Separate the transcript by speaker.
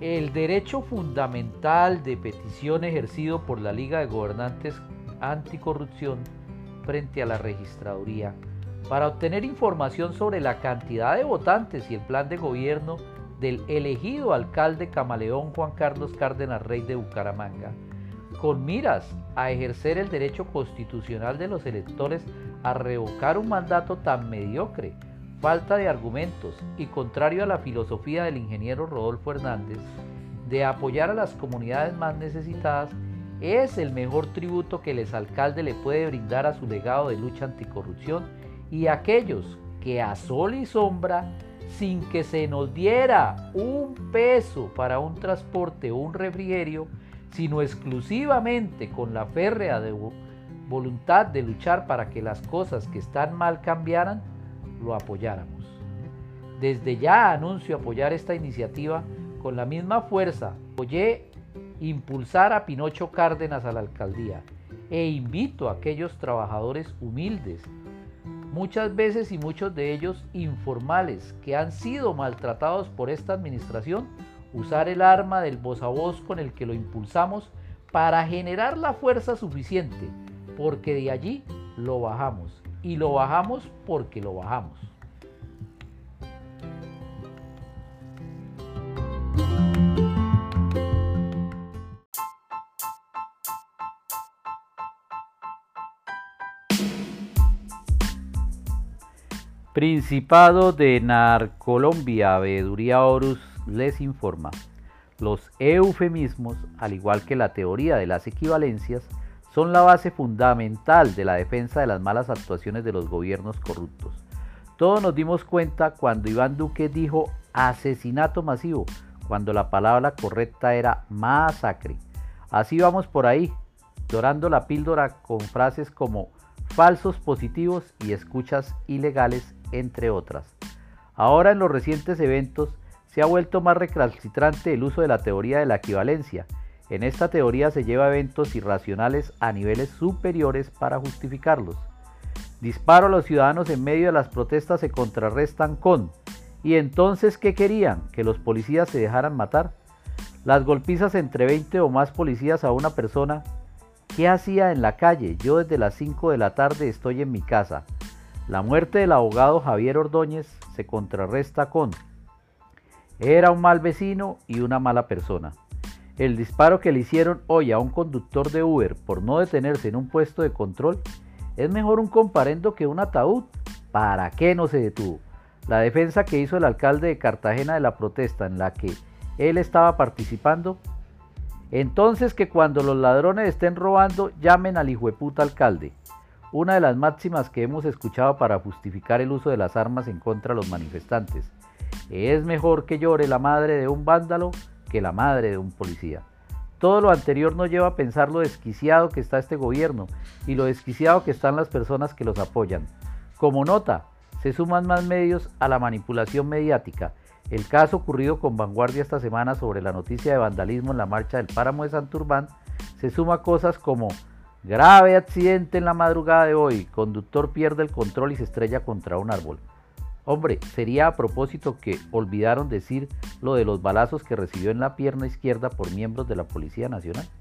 Speaker 1: El derecho fundamental de petición ejercido por la Liga de Gobernantes Anticorrupción frente a la Registraduría para obtener información sobre la cantidad de votantes y el plan de gobierno del elegido alcalde camaleón Juan Carlos Cárdenas Rey de Bucaramanga, con miras a ejercer el derecho constitucional de los electores a revocar un mandato tan mediocre, falta de argumentos y contrario a la filosofía del ingeniero Rodolfo Hernández de apoyar a las comunidades más necesitadas, es el mejor tributo que el exalcalde le puede brindar a su legado de lucha anticorrupción y a aquellos que a sol y sombra, sin que se nos diera un peso para un transporte o un refrigerio, sino exclusivamente con la férrea voluntad de luchar para que las cosas que están mal cambiaran, lo apoyáramos. Desde ya anuncio apoyar esta iniciativa con la misma fuerza. Apoyé impulsar a Pinocho Cárdenas a la alcaldía e invito a aquellos trabajadores humildes, muchas veces y muchos de ellos informales, que han sido maltratados por esta administración, usar el arma del voz a voz con el que lo impulsamos para generar la fuerza suficiente, porque de allí lo bajamos, y lo bajamos porque lo bajamos. Principado de Narcolombia, Veeduría Horus les informa. Los eufemismos, al igual que la teoría de las equivalencias, son la base fundamental de la defensa de las malas actuaciones de los gobiernos corruptos. Todos nos dimos cuenta cuando Iván Duque dijo asesinato masivo, cuando la palabra correcta era masacre. Así vamos por ahí, dorando la píldora con frases como falsos positivos y escuchas ilegales, entre otras. Ahora en los recientes eventos se ha vuelto más recalcitrante el uso de la teoría de la equivalencia. En esta teoría se lleva eventos irracionales a niveles superiores para justificarlos. Disparo a los ciudadanos en medio de las protestas se contrarrestan con ¿y entonces qué querían? ¿Que los policías se dejaran matar? Las golpizas entre 20 o más policías a una persona. ¿Qué hacía en la calle? Yo desde las 5 de la tarde estoy en mi casa. La muerte del abogado Javier Ordóñez se contrarresta con era un mal vecino y una mala persona. El disparo que le hicieron hoy a un conductor de Uber por no detenerse en un puesto de control es mejor un comparendo que un ataúd. ¿Para qué no se detuvo? La defensa que hizo el alcalde de Cartagena de la protesta en la que él estaba participando. Entonces que cuando los ladrones estén robando llamen al hijueputa alcalde. Una de las máximas que hemos escuchado para justificar el uso de las armas en contra de los manifestantes. Es mejor que llore la madre de un vándalo que la madre de un policía. Todo lo anterior nos lleva a pensar lo desquiciado que está este gobierno y lo desquiciado que están las personas que los apoyan. Como nota, se suman más medios a la manipulación mediática. El caso ocurrido con Vanguardia esta semana sobre la noticia de vandalismo en la marcha del Páramo de Santurbán se suma a cosas como grave accidente en la madrugada de hoy, conductor pierde el control y se estrella contra un árbol. Hombre, sería a propósito que olvidaron decir lo de los balazos que recibió en la pierna izquierda por miembros de la Policía Nacional.